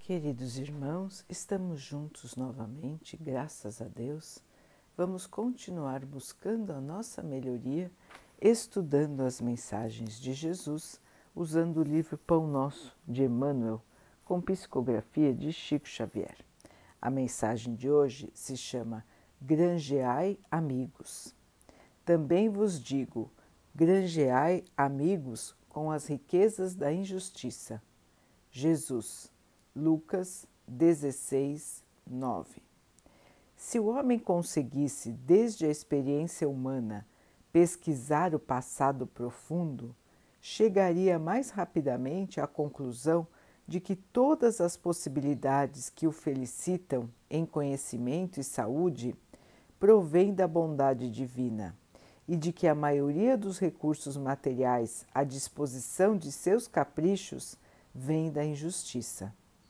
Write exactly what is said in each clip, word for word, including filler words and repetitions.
Queridos irmãos, estamos juntos novamente, graças a Deus. Vamos continuar buscando a nossa melhoria, estudando as mensagens de Jesus, usando o livro Pão Nosso, de Emmanuel, com psicografia de Chico Xavier. A mensagem de hoje se chama Granjeai amigos. Também vos digo, granjeai amigos com as riquezas da injustiça. Jesus, Lucas dezesseis, nove. Se o homem conseguisse, desde a experiência humana, pesquisar o passado profundo, chegaria mais rapidamente à conclusão de que todas as possibilidades que o felicitam em conhecimento e saúde provêm da bondade divina e de que a maioria dos recursos materiais à disposição de seus caprichos vem da injustiça.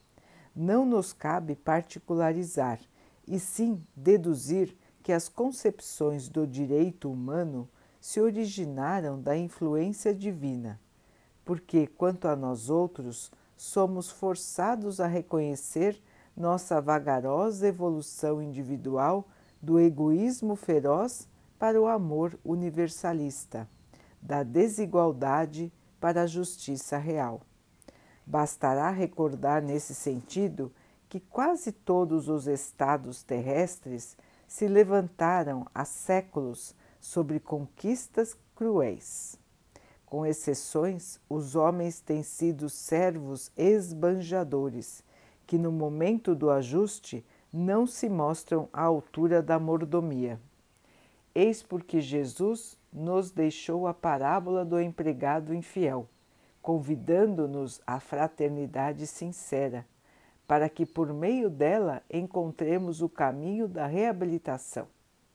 Não nos cabe particularizar, e sim deduzir que as concepções do direito humano se originaram da influência divina, porque, quanto a nós outros, somos forçados a reconhecer nossa vagarosa evolução individual do egoísmo feroz para o amor universalista, da desigualdade para a justiça real. Bastará recordar nesse sentido que quase todos os estados terrestres se levantaram há séculos sobre conquistas cruéis. Com exceções, os homens têm sido servos esbanjadores, que no momento do ajuste não se mostram à altura da mordomia. Eis porque Jesus nos deixou a parábola do empregado infiel, convidando-nos à fraternidade sincera, para que por meio dela encontremos o caminho da reabilitação.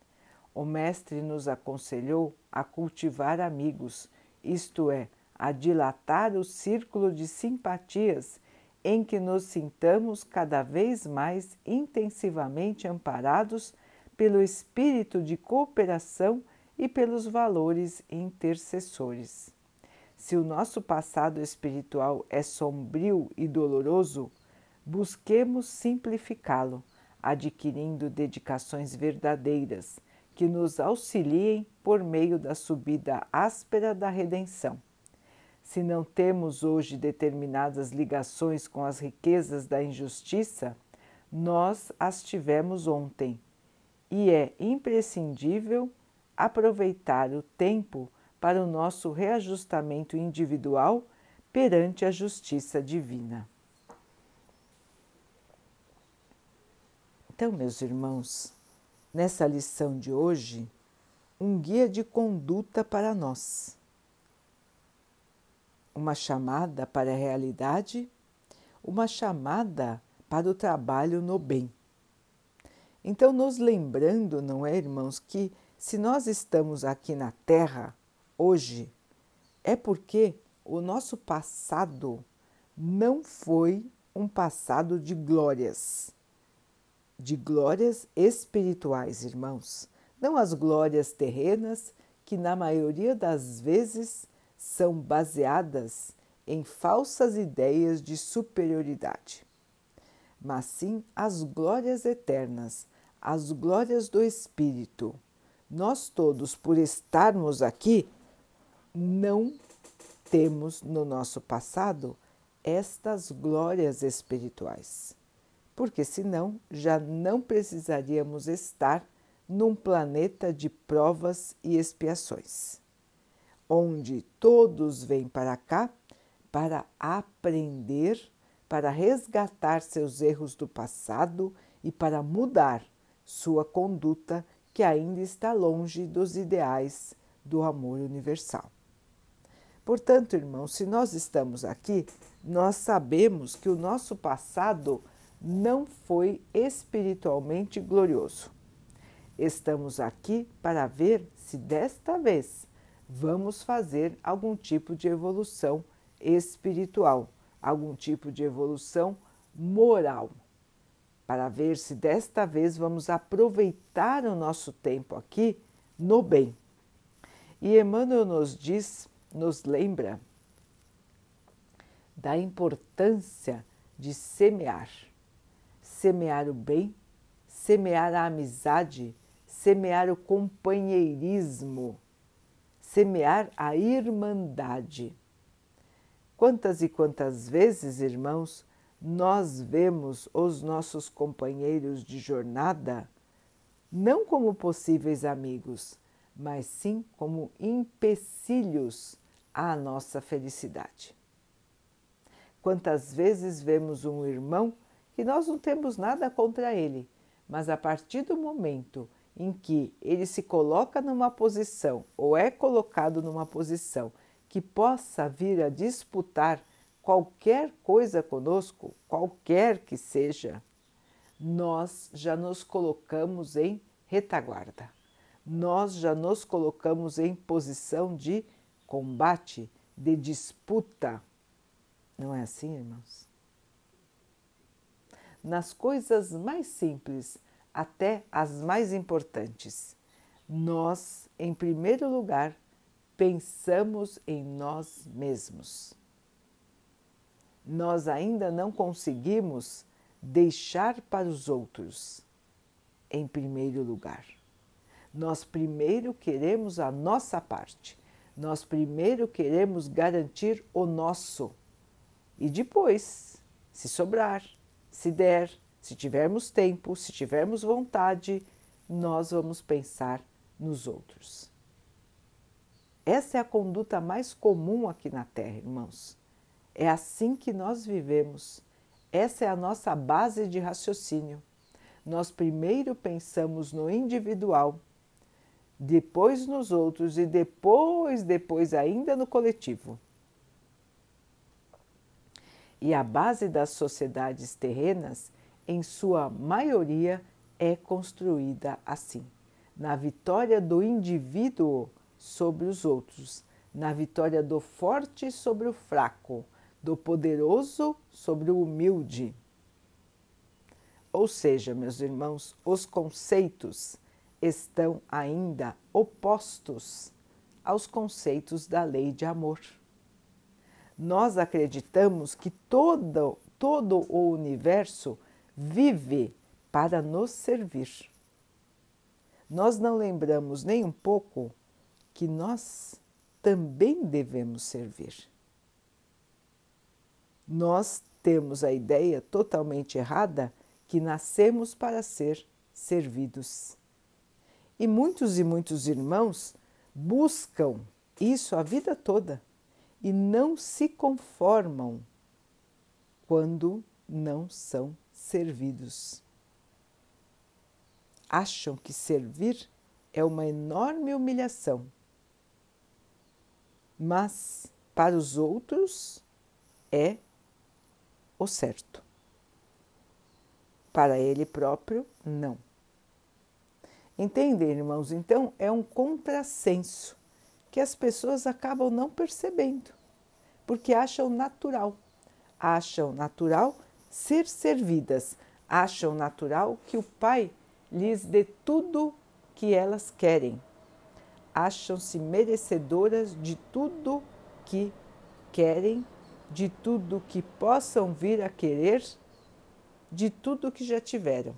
O Mestre nos aconselhou a cultivar amigos, isto é, a dilatar o círculo de simpatias em que nos sintamos cada vez mais intensivamente amparados pelo espírito de cooperação e pelos valores intercessores. Se o nosso passado espiritual é sombrio e doloroso, busquemos simplificá-lo, adquirindo dedicações verdadeiras que nos auxiliem por meio da subida áspera da redenção. Se não temos hoje determinadas ligações com as riquezas da injustiça, nós as tivemos ontem, e é imprescindível aproveitar o tempo para o nosso reajustamento individual perante a justiça divina. Então, meus irmãos, nessa lição de hoje, um guia de conduta para nós. Uma chamada para a realidade, uma chamada para o trabalho no bem. Então, nos lembrando, não é, irmãos, que se nós estamos aqui na Terra, hoje, é porque o nosso passado não foi um passado de glórias, de glórias espirituais, irmãos, não as glórias terrenas que na maioria das vezes são baseadas em falsas ideias de superioridade, mas sim as glórias eternas, as glórias do Espírito. Nós todos, por estarmos aqui, não temos no nosso passado estas glórias espirituais, porque senão já não precisaríamos estar num planeta de provas e expiações, onde todos vêm para cá para aprender, para resgatar seus erros do passado e para mudar sua conduta que ainda está longe dos ideais do amor universal. Portanto, irmãos, se nós estamos aqui, nós sabemos que o nosso passado não foi espiritualmente glorioso. Estamos aqui para ver se desta vez vamos fazer algum tipo de evolução espiritual, algum tipo de evolução moral, para ver se desta vez vamos aproveitar o nosso tempo aqui no bem. E Emmanuel nos diz, nos lembra da importância de semear. Semear o bem, semear a amizade, semear o companheirismo, semear a irmandade. Quantas e quantas vezes, irmãos, nós vemos os nossos companheiros de jornada não como possíveis amigos, mas sim como empecilhos à nossa felicidade. Quantas vezes vemos um irmão que nós não temos nada contra ele, mas a partir do momento em que ele se coloca numa posição ou é colocado numa posição que possa vir a disputar qualquer coisa conosco, qualquer que seja, nós já nos colocamos em retaguarda. Nós já nos colocamos em posição de combate, de disputa. Não é assim, irmãos? Nas coisas mais simples, até as mais importantes, nós, em primeiro lugar, pensamos em nós mesmos. Nós ainda não conseguimos deixar para os outros em primeiro lugar. Nós primeiro queremos a nossa parte, nós primeiro queremos garantir o nosso e depois, se sobrar, se der, se tivermos tempo, se tivermos vontade, nós vamos pensar nos outros. Essa é a conduta mais comum aqui na Terra, irmãos. É assim que nós vivemos. Essa é a nossa base de raciocínio. Nós primeiro pensamos no individual, depois nos outros e depois, depois ainda no coletivo. E a base das sociedades terrenas, em sua maioria, é construída assim, na vitória do indivíduo sobre os outros, na vitória do forte sobre o fraco, do poderoso sobre o humilde. Ou seja, meus irmãos, os conceitos estão ainda opostos aos conceitos da lei de amor. Nós acreditamos que todo, todo o universo vive para nos servir. Nós não lembramos nem um pouco que nós também devemos servir. Nós temos a ideia totalmente errada que nascemos para ser servidos. E muitos e muitos irmãos buscam isso a vida toda e não se conformam quando não são servidos. Acham que servir é uma enorme humilhação, mas para os outros é o certo. Para ele próprio, não. Entendem, irmãos? Então, é um contrassenso que as pessoas acabam não percebendo, porque acham natural. Acham natural ser servidas, acham natural que o Pai lhes dê tudo que elas querem. Acham-se merecedoras de tudo que querem, de tudo que possam vir a querer, de tudo que já tiveram.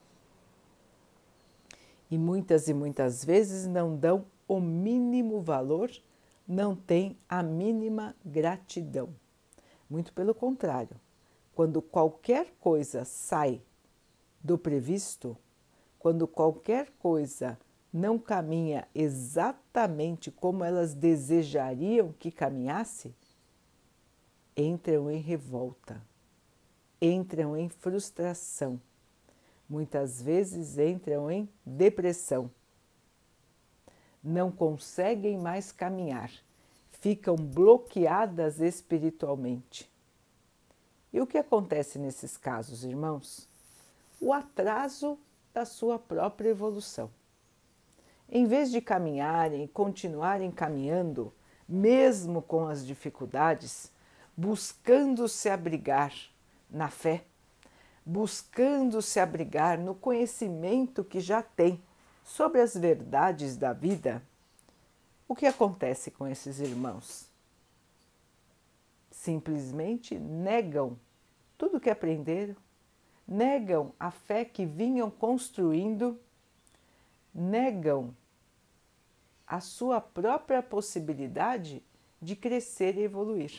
E muitas e muitas vezes não dão o mínimo valor, não têm a mínima gratidão. Muito pelo contrário, quando qualquer coisa sai do previsto, quando qualquer coisa não caminha exatamente como elas desejariam que caminhasse, entram em revolta, entram em frustração, muitas vezes entram em depressão. Não conseguem mais caminhar, ficam bloqueadas espiritualmente. E o que acontece nesses casos, irmãos? O atraso da sua própria evolução. Em vez de caminharem e continuarem caminhando, mesmo com as dificuldades, buscando se abrigar na fé, buscando se abrigar no conhecimento que já tem sobre as verdades da vida, o que acontece com esses irmãos? Simplesmente negam tudo que aprenderam, negam a fé que vinham construindo, negam a sua própria possibilidade de crescer e evoluir.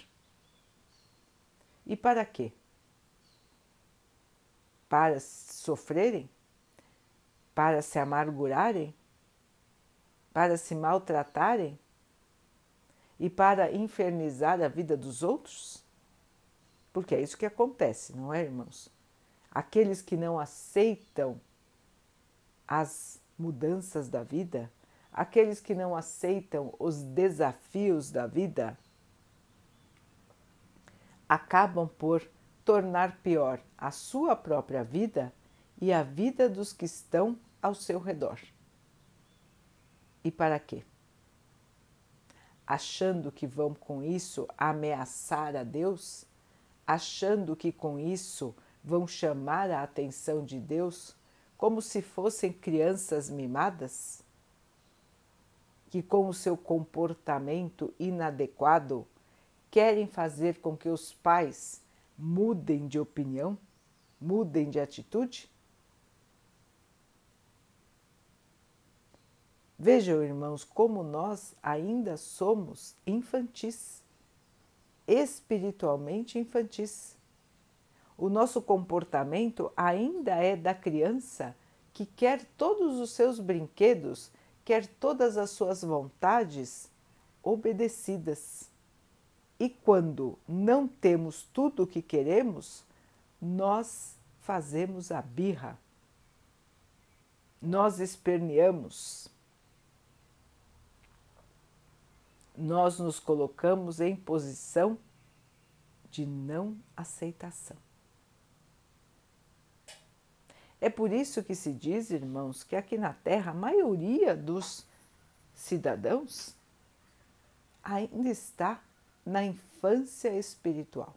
E para quê? Para sofrerem? Para se amargurarem? Para se maltratarem? E para infernizar a vida dos outros? Porque é isso que acontece, não é, irmãos? Aqueles que não aceitam as mudanças da vida, aqueles que não aceitam os desafios da vida, acabam por tornar pior a sua própria vida e a vida dos que estão ao seu redor. E para quê? Achando que vão com isso ameaçar a Deus, achando que com isso vão chamar a atenção de Deus, como se fossem crianças mimadas, que com o seu comportamento inadequado querem fazer com que os pais mudem de opinião, mudem de atitude? Vejam, irmãos, como nós ainda somos infantis, espiritualmente infantis. O nosso comportamento ainda é da criança que quer todos os seus brinquedos, quer todas as suas vontades obedecidas. E quando não temos tudo o que queremos, nós fazemos a birra, nós esperneamos, nós nos colocamos em posição de não aceitação. É por isso que se diz, irmãos, que aqui na Terra a maioria dos cidadãos ainda está na infância espiritual.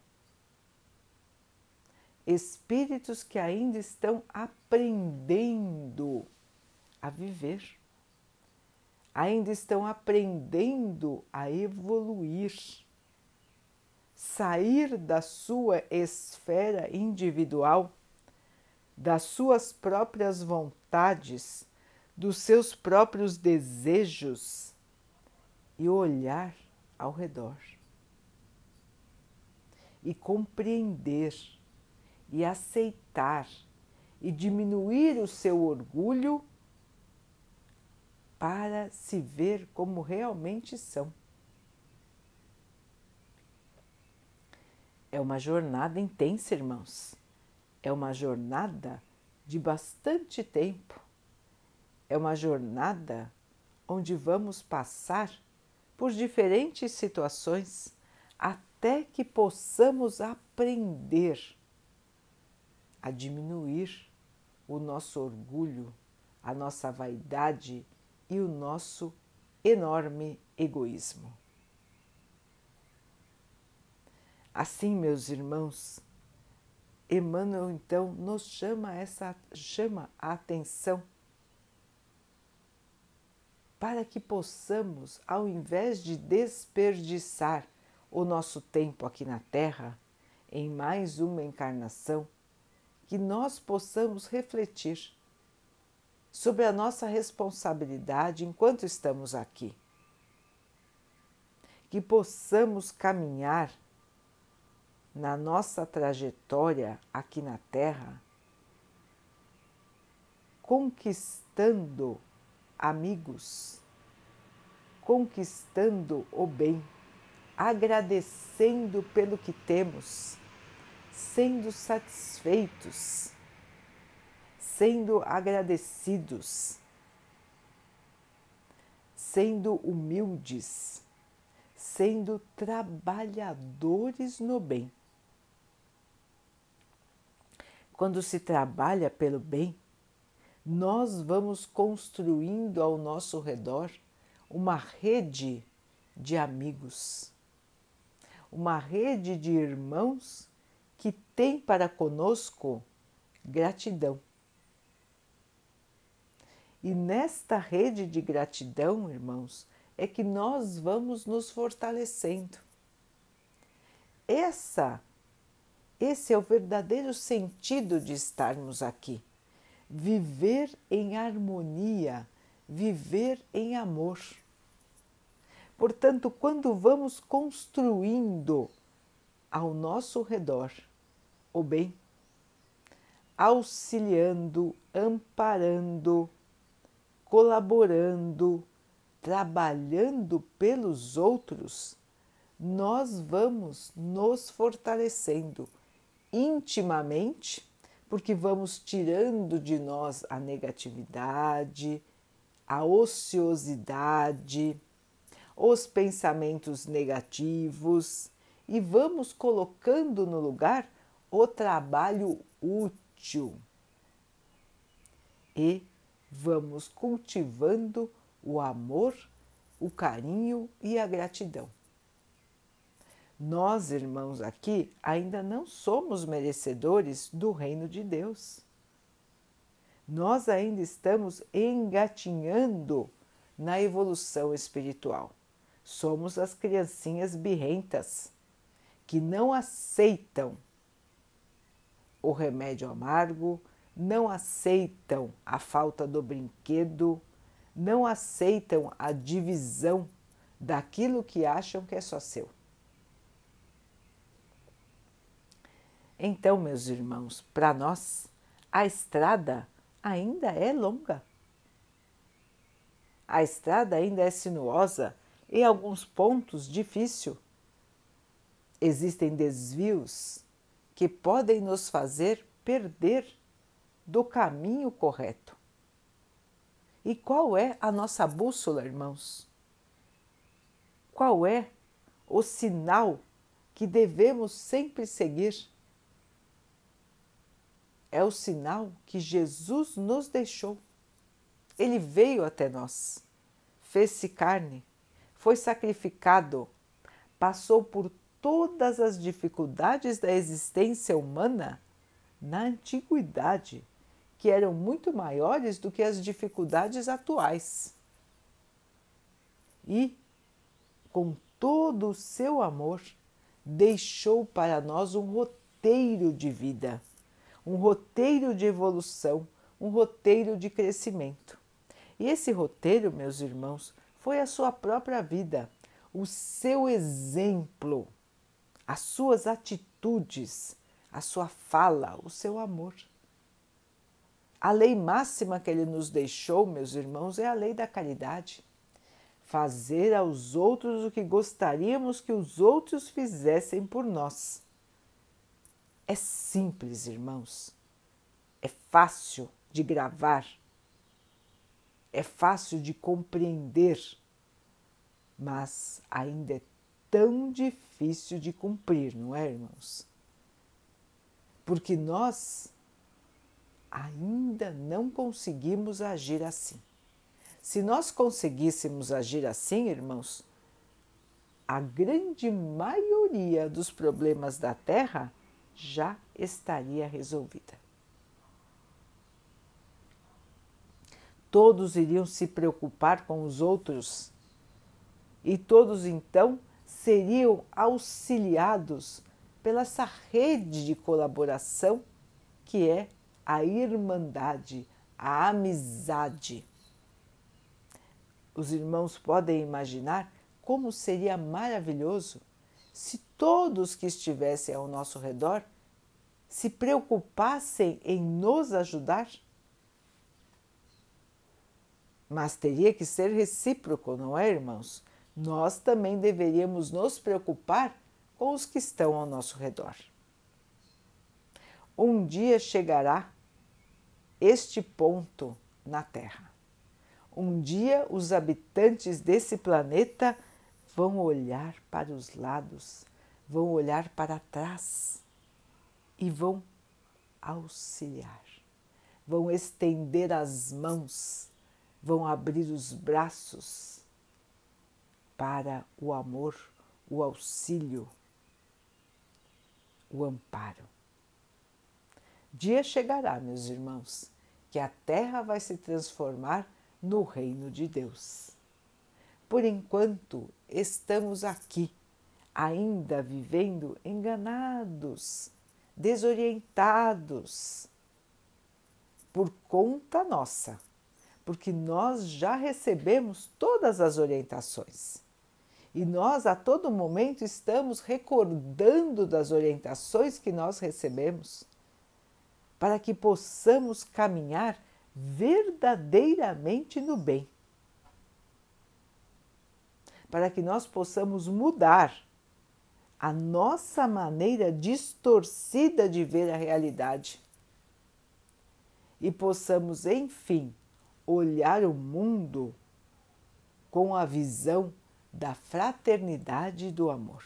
Espíritos que ainda estão aprendendo a viver, ainda estão aprendendo a evoluir, sair da sua esfera individual, das suas próprias vontades, dos seus próprios desejos e olhar ao redor. E compreender, e aceitar, e diminuir o seu orgulho para se ver como realmente são. É uma jornada intensa, irmãos. É uma jornada de bastante tempo. É uma jornada onde vamos passar por diferentes situações até que possamos aprender a diminuir o nosso orgulho, a nossa vaidade e o nosso enorme egoísmo. Assim, meus irmãos, Emmanuel então nos chama, essa, chama a atenção para que possamos, ao invés de desperdiçar o nosso tempo aqui na Terra, em mais uma encarnação, que nós possamos refletir sobre a nossa responsabilidade enquanto estamos aqui. Que possamos caminhar na nossa trajetória aqui na Terra, conquistando amigos, conquistando o bem, agradecendo pelo que temos, sendo satisfeitos, sendo agradecidos, sendo humildes, sendo trabalhadores no bem. Quando se trabalha pelo bem, nós vamos construindo ao nosso redor uma rede de amigos, uma rede de irmãos que tem para conosco gratidão. E nesta rede de gratidão, irmãos, é que nós vamos nos fortalecendo. Essa Esse é o verdadeiro sentido de estarmos aqui. Viver em harmonia, viver em amor. Portanto, quando vamos construindo ao nosso redor o bem, auxiliando, amparando, colaborando, trabalhando pelos outros, nós vamos nos fortalecendo intimamente, porque vamos tirando de nós a negatividade, a ociosidade, os pensamentos negativos e vamos colocando no lugar o trabalho útil e vamos cultivando o amor, o carinho e a gratidão. Nós, irmãos, aqui ainda não somos merecedores do reino de Deus. Nós ainda estamos engatinhando na evolução espiritual. Somos as criancinhas birrentas que não aceitam o remédio amargo, não aceitam a falta do brinquedo, não aceitam a divisão daquilo que acham que é só seu. Então, meus irmãos, para nós, a estrada ainda é longa. A estrada ainda é sinuosa, em alguns pontos difícil. Existem desvios que podem nos fazer perder do caminho correto. E qual é a nossa bússola, irmãos? Qual é o sinal que devemos sempre seguir? É o sinal que Jesus nos deixou. Ele veio até nós, fez-se carne, foi sacrificado, passou por todas as dificuldades da existência humana na antiguidade, que eram muito maiores do que as dificuldades atuais. E, com todo o seu amor, deixou para nós um roteiro de vida, um roteiro de evolução, um roteiro de crescimento. E esse roteiro, meus irmãos, foi a sua própria vida, o seu exemplo, as suas atitudes, a sua fala, o seu amor. A lei máxima que ele nos deixou, meus irmãos, é a lei da caridade. Fazer aos outros o que gostaríamos que os outros fizessem por nós. É simples, irmãos. É fácil de gravar. É fácil de compreender. Mas ainda é tão difícil de cumprir, não é, irmãos? Porque nós ainda não conseguimos agir assim. Se nós conseguíssemos agir assim, irmãos, a grande maioria dos problemas da Terra já estaria resolvida. Todos iriam se preocupar com os outros e todos então seriam auxiliados pela essa rede de colaboração que é a irmandade, a amizade. Os irmãos podem imaginar como seria maravilhoso se todos que estivessem ao nosso redor se preocupassem em nos ajudar. Mas teria que ser recíproco, não é, irmãos? Nós também deveríamos nos preocupar com os que estão ao nosso redor. Um dia chegará este ponto na Terra. Um dia os habitantes desse planeta vão olhar para os lados, vão olhar para trás e vão auxiliar, vão estender as mãos, vão abrir os braços para o amor, o auxílio, o amparo. Dia chegará, meus irmãos, que a Terra vai se transformar no reino de Deus. Por enquanto, estamos aqui, ainda vivendo enganados desorientados por conta nossa, porque nós já recebemos todas as orientações e nós a todo momento estamos recordando das orientações que nós recebemos para que possamos caminhar verdadeiramente no bem, para que nós possamos mudar a nossa maneira distorcida de ver a realidade e possamos, enfim, olhar o mundo com a visão da fraternidade e do amor.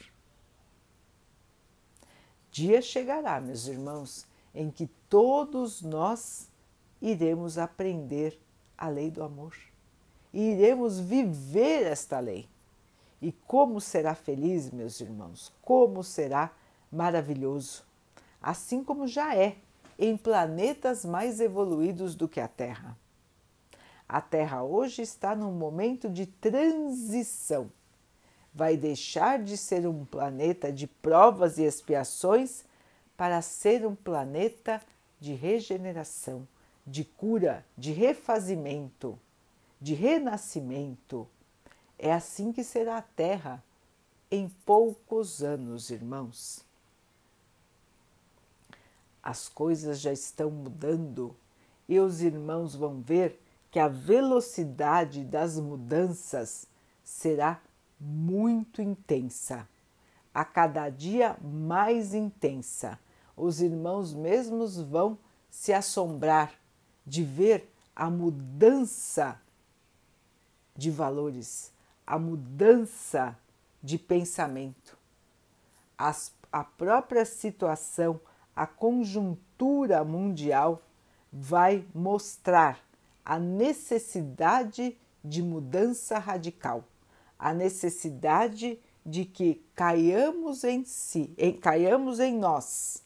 Dia chegará, meus irmãos, em que todos nós iremos aprender a lei do amor e iremos viver esta lei. E como será feliz, meus irmãos, como será maravilhoso, assim como já é em planetas mais evoluídos do que a Terra. A Terra hoje está num momento de transição. Vai deixar de ser um planeta de provas e expiações para ser um planeta de regeneração, de cura, de refazimento, de renascimento. É assim que será a Terra em poucos anos, irmãos. As coisas já estão mudando e os irmãos vão ver que a velocidade das mudanças será muito intensa, a cada dia mais intensa. Os irmãos mesmos vão se assombrar de ver a mudança de valores, a mudança de pensamento. As, a própria situação, a conjuntura mundial vai mostrar a necessidade de mudança radical, a necessidade de que caiamos em si, em, caiamos em nós,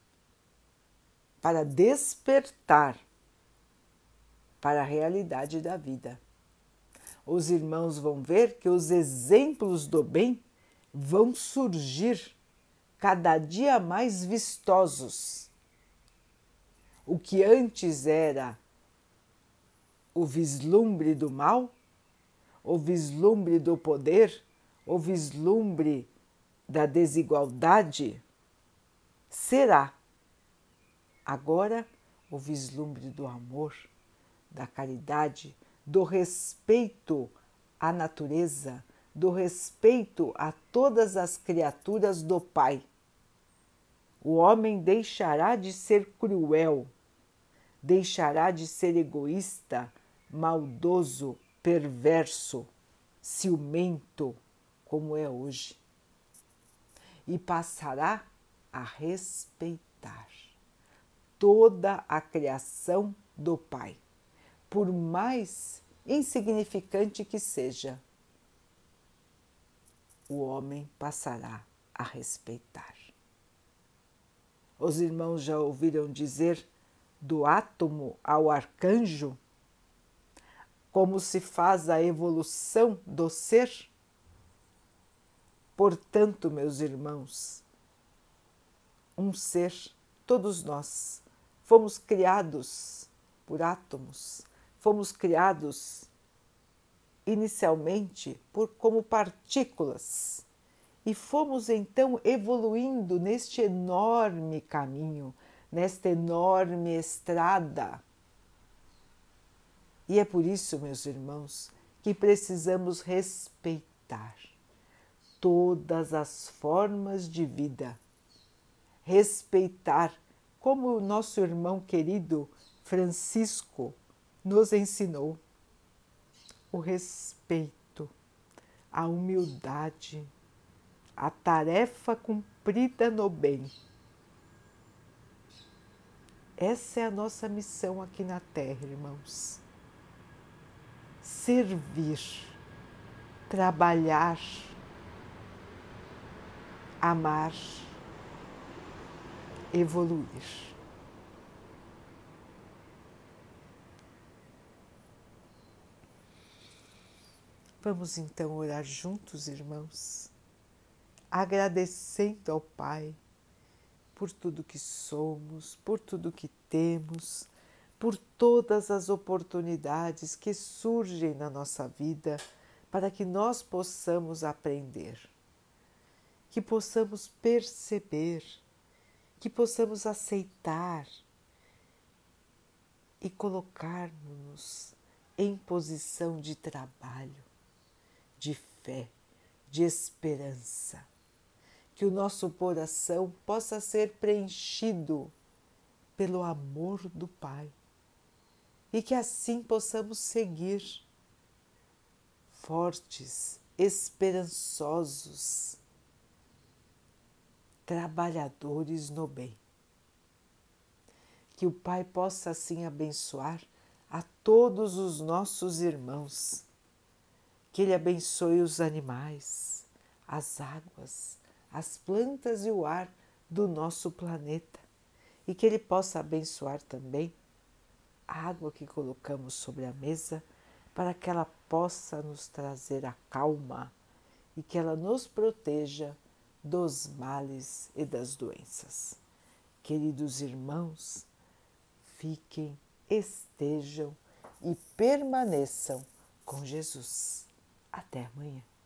para despertar para a realidade da vida. Os irmãos vão ver que os exemplos do bem vão surgir cada dia mais vistosos. O que antes era o vislumbre do mal, o vislumbre do poder, o vislumbre da desigualdade, será agora o vislumbre do amor, da caridade, do respeito à natureza, do respeito a todas as criaturas do Pai. O homem deixará de ser cruel, deixará de ser egoísta, maldoso, perverso, ciumento, como é hoje, e passará a respeitar toda a criação do Pai, por mais insignificante que seja. O homem passará a respeitar. Os irmãos já ouviram dizer do átomo ao arcanjo? Como se faz a evolução do ser? Portanto, meus irmãos, um ser, todos nós, fomos criados por átomos, fomos criados inicialmente por, como partículas e fomos então evoluindo neste enorme caminho, nesta enorme estrada. E é por isso, meus irmãos, que precisamos respeitar todas as formas de vida, respeitar, como o nosso irmão querido Francisco nos ensinou, o respeito, a humildade, a tarefa cumprida no bem. Essa é a nossa missão aqui na Terra, irmãos. Servir, trabalhar, amar, evoluir. Vamos então orar juntos, irmãos, agradecendo ao Pai por tudo que somos, por tudo que temos, por todas as oportunidades que surgem na nossa vida para que nós possamos aprender, que possamos perceber, que possamos aceitar e colocar-nos em posição de trabalho, de fé, de esperança. Que o nosso coração possa ser preenchido pelo amor do Pai e que assim possamos seguir fortes, esperançosos, trabalhadores no bem. Que o Pai possa assim abençoar a todos os nossos irmãos, que Ele abençoe os animais, as águas, as plantas e o ar do nosso planeta e que Ele possa abençoar também a água que colocamos sobre a mesa para que ela possa nos trazer a calma e que ela nos proteja dos males e das doenças. Queridos irmãos, fiquem, estejam e permaneçam com Jesus. Até amanhã.